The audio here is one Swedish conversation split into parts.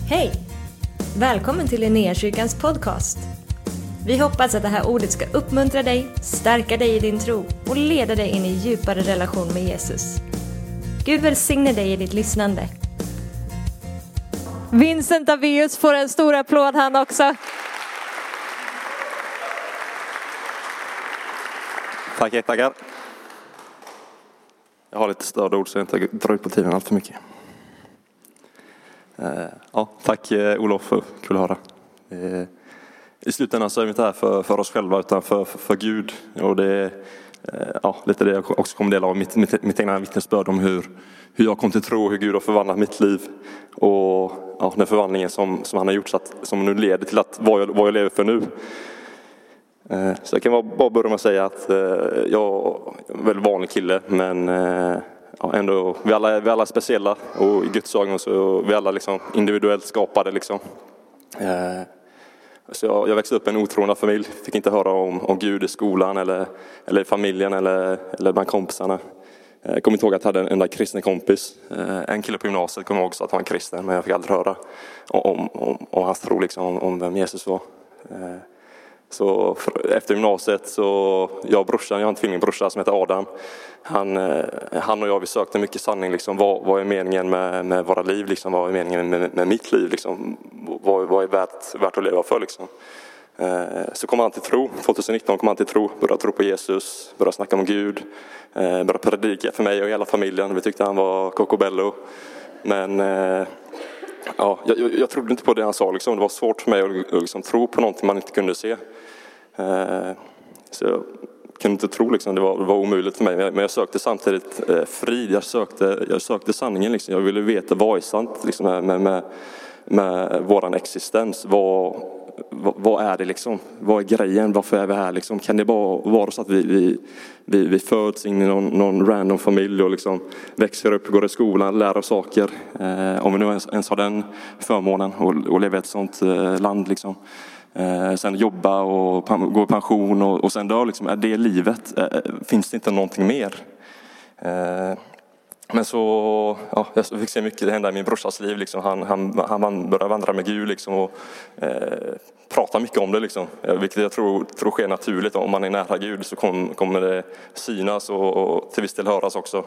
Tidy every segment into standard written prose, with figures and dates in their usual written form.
Hej! Välkommen till Linnéakyrkans podcast. Vi hoppas att det här ordet ska uppmuntra dig, stärka dig i din tro och leda dig in i djupare relation med Jesus. Gud välsigne dig i ditt lyssnande. Vincent Avius får en stor applåd han också. Tackar. Jag har lite större ord så jag inte drar ut på tiden allt för mycket. Tack Olof, kul att höra. I slutändan så är vi inte här för oss själva utan för Gud. Och det är lite det jag också kommer dela av mitt egna vittnesbörd om hur jag kom till tro, hur Gud har förvandlat mitt liv. Och den förvandlingen som han har gjort som nu leder till att vad jag lever för nu. Så jag kan bara börja med att säga att jag är en väldigt vanlig kille, men ändå, vi alla är speciella och i Guds ögon så är vi alla liksom individuellt skapade liksom. Så jag växte upp i en otroende familj, fick inte höra om Gud i skolan eller i familjen eller bland kompisarna. Jag kommer inte ihåg att jag hade en enda kristen kompis. En kille på gymnasiet kommer ihåg att han var kristen, men jag fick aldrig höra om hans tro liksom, om vem Jesus var. Så efter gymnasiet så jag och brorsan, jag har en tvillingbrorsa som heter Adam. Han och jag, vi sökte mycket sanning liksom, vad är meningen med våra liv liksom, vad är meningen med mitt liv liksom, vad är värt att leva för liksom. Så kom han till tro, 2019 kom han till tro, började tro på Jesus, började snacka om Gud, började predika för mig och hela familjen. Vi tyckte han var cocobello, men jag trodde inte på det han sa liksom. Det var svårt för mig att liksom tro på någonting man inte kunde se. Så jag kunde inte tro liksom. Det var omöjligt för mig. Men jag sökte samtidigt frid. Jag sökte sanningen liksom. Jag ville veta vad är sant liksom, med våran existens. Vad är det liksom? Vad är grejen? Varför är vi här liksom? Kan det bara vara så att vi föds in i någon random familj och liksom växer upp, går i skolan, lär oss saker. Om vi nu ens har den förmånen och lever i ett sånt land liksom. Sen jobba och gå i pension och sen dö liksom. Är det livet? Finns det inte någonting mer? Men så, jag fick se mycket hända i min brorsas liv liksom. Han började vandra med Gud liksom och prata mycket om det liksom. Vilket jag tror sker naturligt. Om man är nära Gud så kommer det synas och till viss del höras också.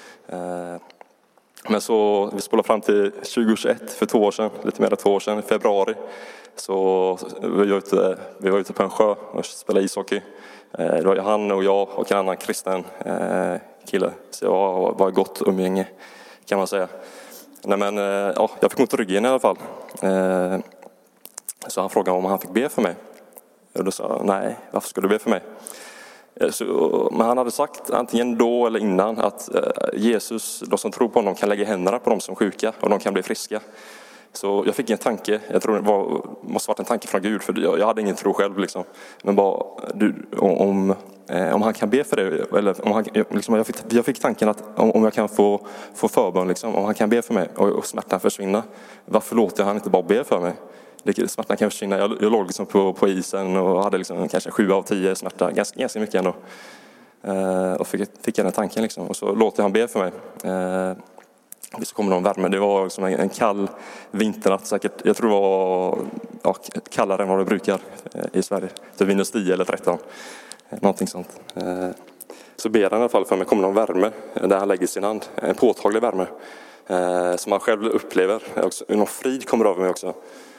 Men så vi spolar fram till 2021, för 2 år sedan, lite mer än 2 år sedan, i februari. Så vi var ute på en sjö och spelade ishockey. Det var han och jag och en annan kristen kille. Så jag var gott umgänge kan man säga. Jag fick ont i ryggen i alla fall. Så han frågade om han fick be för mig. Och då sa jag, nej, varför ska du be för mig? Men han hade sagt antingen då eller innan att Jesus, de som tror på honom, kan lägga händerna på dem som är sjuka och de kan bli friska. Så jag fick en tanke, jag tror det måste varit en tanke från Gud, för jag hade ingen tro själv liksom. Men bara om han kan be för det, eller om han, liksom, jag fick tanken att om jag kan få förbön liksom, om han kan be för mig och smärtan försvinna, varför låter han inte bara be för mig? Smärtan kan försvinna. Jag låg liksom på isen och hade liksom kanske 7 av 10 smärta, ganska mycket ändå. Och fick jag den tanken liksom, och så låter han be för mig. Så kommer någon värme. Det var liksom en kall vinternatt säkert. Jag tror det var kallare än vad det brukar i Sverige. Det minus 10 eller 13. Någonting sånt. Så ber han i alla fall för mig. Kommer någon värme där han lägger sin hand. En påtaglig värme. Som han själv upplever. Någon frid kommer över mig också.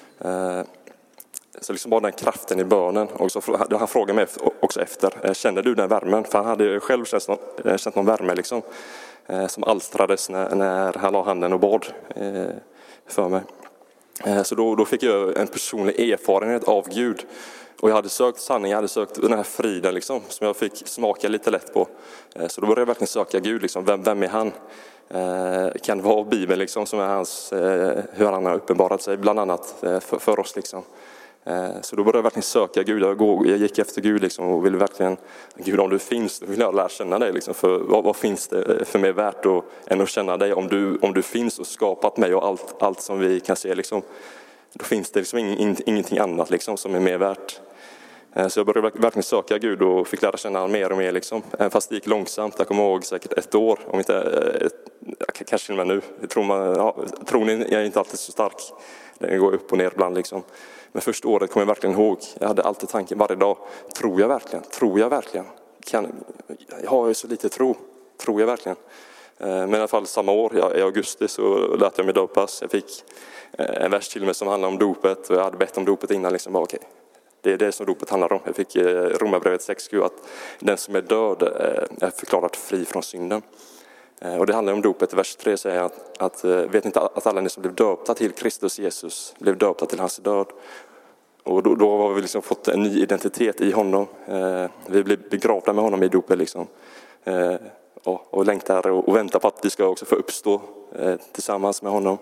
Så liksom bara den kraften i bönen. Och så han frågade mig också efter. Känner du den värmen? För han hade själv känt någon värme liksom. Som alstrades när han la handen och bad för mig. Så då fick jag en personlig erfarenhet av Gud. Och jag hade sökt sanning, jag hade sökt den här friden liksom, som jag fick smaka lite lätt på. Så då började jag verkligen söka Gud. Liksom. Vem är han? Kan det vara Bibeln liksom, som är hans, hur han har uppenbarat sig bland annat för oss. Liksom. Så då började jag verkligen söka Gud. Jag gick efter Gud liksom, och ville verkligen, Gud om du finns, då vill jag lära känna dig. Liksom, för vad finns det för mig värt än att känna dig? Om du finns och skapat mig och allt som vi kan se. Liksom, då finns det liksom ingenting annat liksom, som är mer värt. Så jag började verkligen söka Gud och fick lära känna honom mer och mer. Liksom. Fast det gick långsamt. Jag kommer ihåg säkert 1 år. Om inte, kanske till och med nu. Tron är inte alltid så stark. Den går upp och ner ibland liksom. Men första året kommer jag verkligen ihåg. Jag hade alltid tanken varje dag. Tror jag verkligen? Tror jag verkligen? Jag har ju så lite tro. Tror jag verkligen? Men i alla fall samma år, i augusti, så lät jag mig döpas. Jag fick en vers till mig som handlade om dopet. Och jag hade bett om dopet innan. Liksom, okej. Det är det som dopet handlar om. Jag fick Romarbrevet 6 att den som är död är förklarad fri från synden. Och det handlar om dopet. I vers 3 säger att vet inte att alla ni som blev döpta till Kristus Jesus blev döpta till hans död. Och då har vi liksom fått en ny identitet i honom. Vi blir begravda med honom i dopet liksom. Och längtar och väntar på att vi ska också få uppstå tillsammans med honom.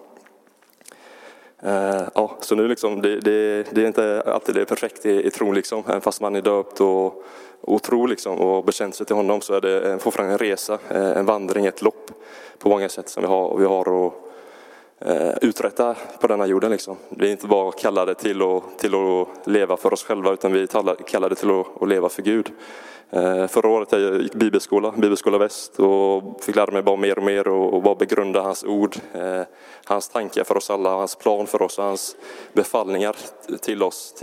Så nu liksom, det är inte alltid det är perfekt i tron liksom. Även fast man är döpt och tro liksom, och bekänt sig till honom, så är det fortfarande en resa, en vandring, ett lopp på många sätt som vi har att uträtta på denna jorden liksom. Vi är inte bara kallade till att leva för oss själva, utan vi är kallade till att leva för Gud. Förra året jag gick Bibelskola Väst, och fick lära mig bara mer och mer och bara begrunda hans ord, hans tankar för oss alla, hans plan för oss och hans befallningar till oss.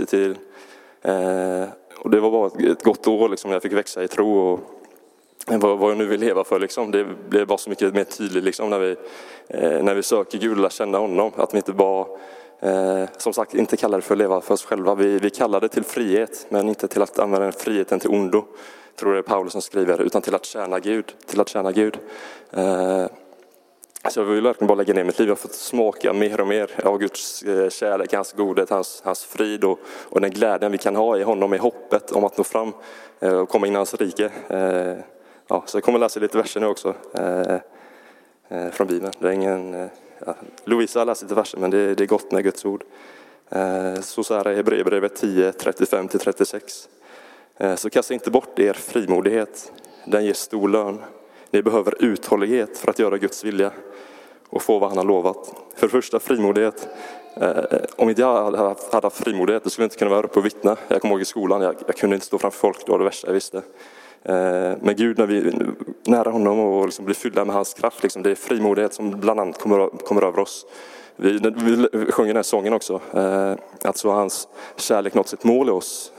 Och det var bara ett gott år liksom, när jag fick växa i tro och vad jag nu vill leva för liksom. Det blev bara så mycket mer tydligt liksom, när vi söker Gud och lär känna honom, att vi inte bara som sagt inte kallar det för att leva för oss själva. Vi kallar det till frihet, men inte till att använda den friheten till ondo, tror jag det är Paulus som skriver, utan till att tjäna Gud. Så jag vill verkligen bara lägga ner mitt liv. Jag har fått smaka mer och mer av Guds kärlek, hans godhet, hans frid och den glädjen vi kan ha i honom, i hoppet om att nå fram och komma in i hans rike. Så jag kommer läsa lite verser nu också från Bibeln. Det är ingen... Lovisa har läst lite verser, men det är gott med Guds ord. Så här är Hebreerbrevet 10, 35-36. Så kasta inte bort er frimodighet. Den ger stor lön. Ni behöver uthållighet för att göra Guds vilja och få vad han har lovat. För det första, frimodighet. Om inte jag hade haft frimodighet, då skulle jag inte kunna vara uppe och vittna. Jag kommer ihåg i skolan, jag kunde inte stå framför folk, det var det värsta jag visste. Men Gud, när vi är nära honom och liksom blir fyllda med hans kraft, liksom, det är frimodighet som bland annat kommer över oss. Vi sjunger den här sången också, att så hans kärlek nått sitt mål i oss.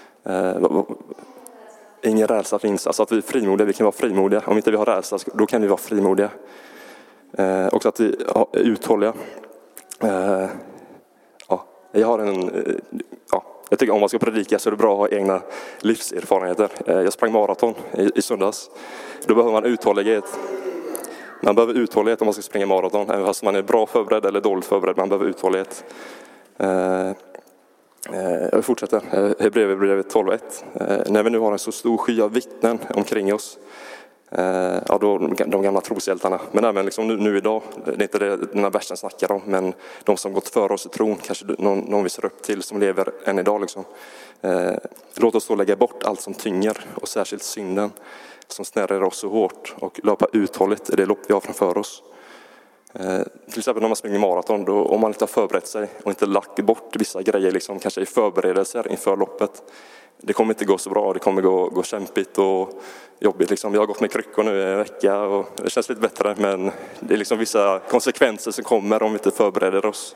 Ingen rädsla finns, alltså att vi är frimodiga, vi kan vara frimodiga. Om inte vi har rädsla, då kan vi vara frimodiga. Också att vi är uthålliga. Jag tycker om man ska predika så är det bra att ha egna livserfarenheter. Jag sprang maraton i söndags. Då behöver man uthållighet. Man behöver uthållighet om man ska springa maraton. Även fast man är bra förberedd eller dåligt förberedd. Man behöver uthållighet. Jag fortsätter. Hebreerbrevet 12:1. När vi nu har en så stor sky av vittnen omkring oss. De gamla troshjältarna. Men även liksom nu idag, det är inte det den här versen snackar om, men de som gått för oss i tron, kanske någon vi ser upp till som lever än idag liksom. Låt oss då lägga bort allt som tynger och särskilt synden som snärjer oss så hårt och löpa uthålligt i det lopp vi har framför oss. Till exempel när man springer maraton, då, om man inte har förberett sig och inte lagt bort vissa grejer liksom, kanske i förberedelser inför loppet, det kommer inte gå så bra, det kommer gå kämpigt och jobbigt liksom. Jag har gått med kryckor nu i en vecka och det känns lite bättre, men det är liksom vissa konsekvenser som kommer om vi inte förbereder oss.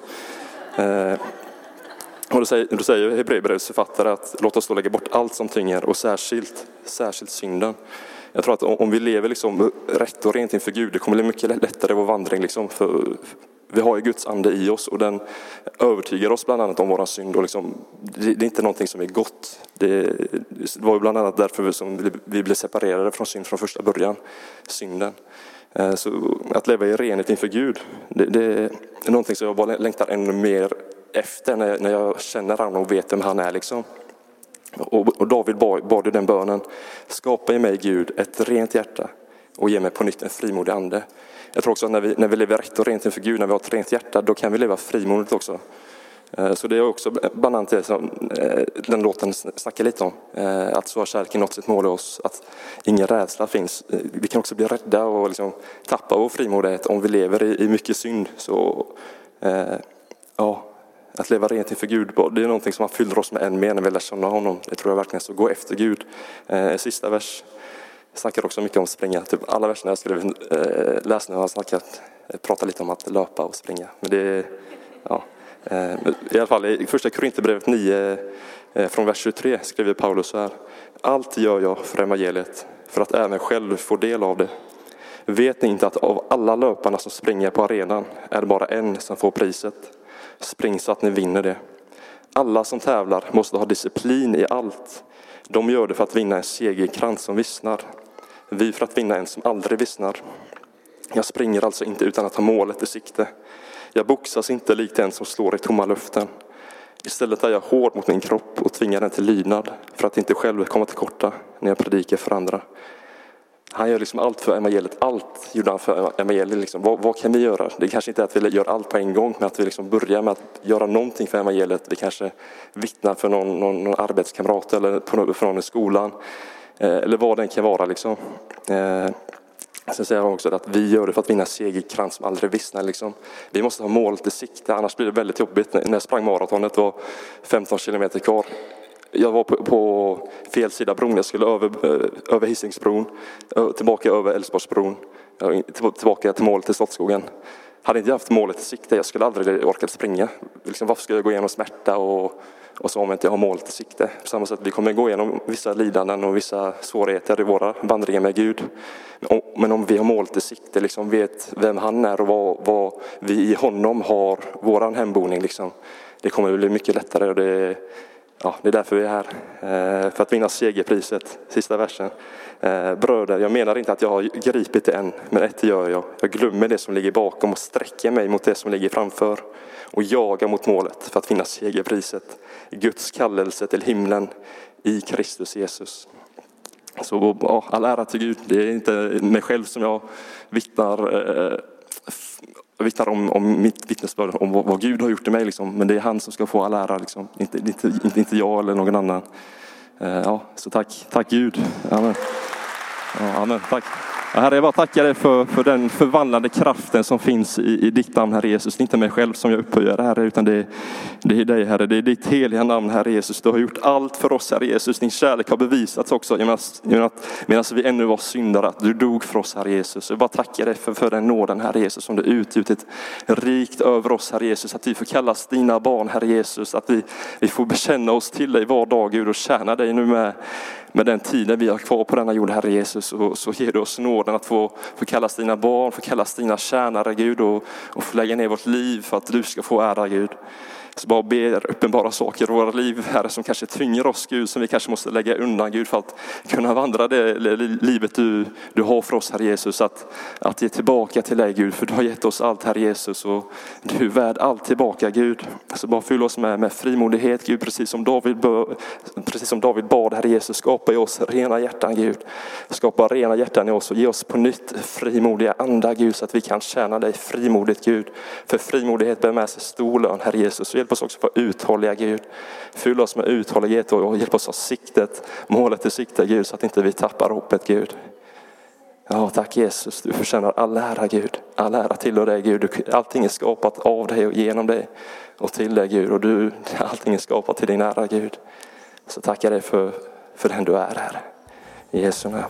Och då säger Hebreerbrevets författare att låt oss då lägga bort allt som tynger och särskilt synden. Jag tror att om vi lever liksom rätt och rent inför Gud, det kommer bli mycket lättare i vår vandring liksom, för vi har ju Guds ande i oss och den övertygar oss bland annat om våran synd och liksom, det är inte någonting som är gott. Det var ju bland annat därför som vi blev separerade från synd från första början, synden. Så att leva i renhet inför Gud, det är någonting som jag bara längtar ännu mer efter när jag känner honom och vet vem han är liksom. Och David bad ju den bönen: skapa i mig Gud ett rent hjärta och ge mig på nytt en frimodig ande. Jag tror också att när vi lever rätt och rent inför Gud, när vi har ett rent hjärta, då kan vi leva frimodigt också. Så det är också bland annat det som den låten snackar lite om. Att så har kärleken nått sitt mål i oss, att ingen rädsla finns. Vi kan också bli rädda och liksom tappa vår frimodighet om vi lever i mycket synd. Så att leva rent inför Gud, det är någonting som han fyller oss med än mer när vi lär känna honom. Det tror jag verkligen. Så gå efter Gud. Sista vers. Jag snackar också mycket om springa. Typ alla verserna jag skrev läs nu har jag pratat lite om att löpa och springa. Men det är, I alla fall i första Korinthierbrevet 9 från vers 23 skriver Paulus så här: allt gör jag för evangeliet, för att även själv få del av det. Vet ni inte att av alla löparna som springer på arenan är det bara en som får priset? Spring så att ni vinner det. Alla som tävlar måste ha disciplin i allt. De gör det för att vinna en segerkrans som vissnar. Vi för att vinna en som aldrig vissnar. Jag springer alltså inte utan att ha målet i sikte. Jag boxas inte likt en som slår i tomma luften. Istället är jag hård mot min kropp och tvingar den till lydnad för att inte själv komma till korta när jag predikar för andra. Han gör liksom allt för evangeliet. Allt gjorde han för evangeliet. Liksom. Vad kan vi göra? Det kanske inte är att vi gör allt på en gång, men att vi liksom börjar med att göra någonting för evangeliet. Vi kanske vittnar för någon arbetskamrat eller för någon i skolan. Eller vad den kan vara. Liksom. Sen säger han också att vi gör det för att vinna segerkrans som aldrig vissnar. Liksom. Vi måste ha målet i sikte, annars blir det väldigt jobbigt. När jag sprang maratonet var 15 kilometer kvar. Jag var på fel sida bron. Jag skulle över Hisingsbron, tillbaka över Älvsborgsbron, tillbaka till målet i Slottsskogen. Hade inte haft målet i sikte, jag skulle aldrig orkat springa. Liksom, varför ska jag gå igenom smärta och så om jag inte har målet i sikte? På samma sätt, vi kommer gå igenom vissa lidanden och vissa svårigheter i våra vandringar med Gud. Men om vi har målet i sikte, liksom vet vem han är och vad vi i honom har, våran hemboning, liksom, det kommer att bli mycket lättare. Och det är därför vi är här. För att vinna segerpriset, sista versen. Bröder, jag menar inte att jag har gripit det än, men ett gör jag. Jag glömmer det som ligger bakom och sträcker mig mot det som ligger framför. Och jagar mot målet för att vinna segerpriset. Guds kallelse till himlen i Kristus Jesus. Så all ära till Gud. Det är inte mig själv som jag vittnar om mitt vittnesbörd, om vad Gud har gjort i mig. Liksom. Men det är han som ska få all ära. Liksom. Inte jag eller någon annan. Så tack Gud. Amen. Amen, tack. Herre, jag bara tackar dig för den förvandlande kraften som finns i ditt namn, Herre Jesus. Det är inte mig själv som jag upphöjer, Herre, utan det är dig, Herre. Det är ditt heliga namn, Herre Jesus. Du har gjort allt för oss, Herre Jesus. Din kärlek har bevisats också medan vi ännu var syndare, att du dog för oss, Herre Jesus. Jag bara tackar dig för den nåden, Herre Jesus, som du utgjutit rikt över oss, Herre Jesus. Att vi får kallas dina barn, Herre Jesus. Att vi får bekänna oss till dig var dag, Gud, och tjäna dig nu med den tiden vi har kvar på denna jord, Herre Jesus. Och så ger du oss nåden att få kallas dina barn, få kallas dina tjänare, Gud, och få lägga ner vårt liv för att du ska få ära, Gud. Så bara ber uppenbara saker i våra liv, Herre, som kanske tynger oss, Gud, som vi kanske måste lägga undan, Gud, för att kunna vandra det livet du har för oss, Herre Jesus. Att ge tillbaka till dig, Gud, för du har gett oss allt, Herre Jesus, och du är värd allt tillbaka, Gud. Så bara fyll oss med frimodighet, Gud, precis som David bad, Herre Jesus. Skapa i oss rena hjärtan, Gud. Skapa rena hjärtan i oss och ge oss på nytt frimodiga andar, Gud, så att vi kan tjäna dig frimodigt, Gud. För frimodighet bär med sig stor lön, Herre Jesus. Hjälp oss också för uthålliga, Gud. Fyll oss med uthållighet och hjälp oss ha målet i sikte, Gud, så att inte vi tappar hoppet, Gud. Ja, tack Jesus. Du förtjänar all ära, Gud. All ära till dig, Gud. Allting är skapat av dig och genom dig och till dig, Gud. Och allting är skapat till din ära, Gud. Så tackar dig för den du är här. I Jesu namn.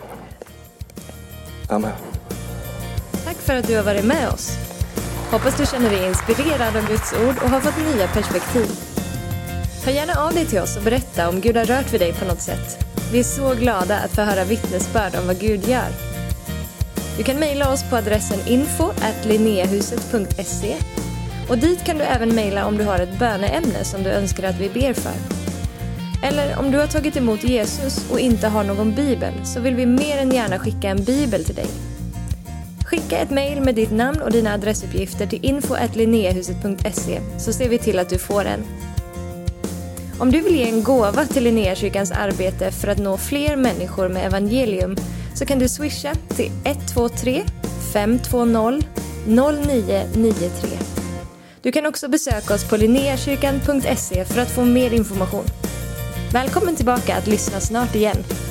Amen. Tack för att du har varit med oss. Hoppas du känner dig inspirerad av Guds ord och har fått nya perspektiv. Hör gärna av dig till oss och berätta om Gud har rört vid dig på något sätt. Vi är så glada att få höra vittnesbörd om vad Gud gör. Du kan mejla oss på adressen info@linneahuset.se och dit kan du även mejla om du har ett böneämne som du önskar att vi ber för. Eller om du har tagit emot Jesus och inte har någon bibel, så vill vi mer än gärna skicka en bibel till dig. Skicka ett mejl med ditt namn och dina adressuppgifter till info@linneahuset.se, så ser vi till att du får en. Om du vill ge en gåva till Linneakyrkans arbete för att nå fler människor med evangelium, så kan du swisha till 123 520 0993. Du kan också besöka oss på linneakyrkan.se för att få mer information. Välkommen tillbaka att lyssna snart igen.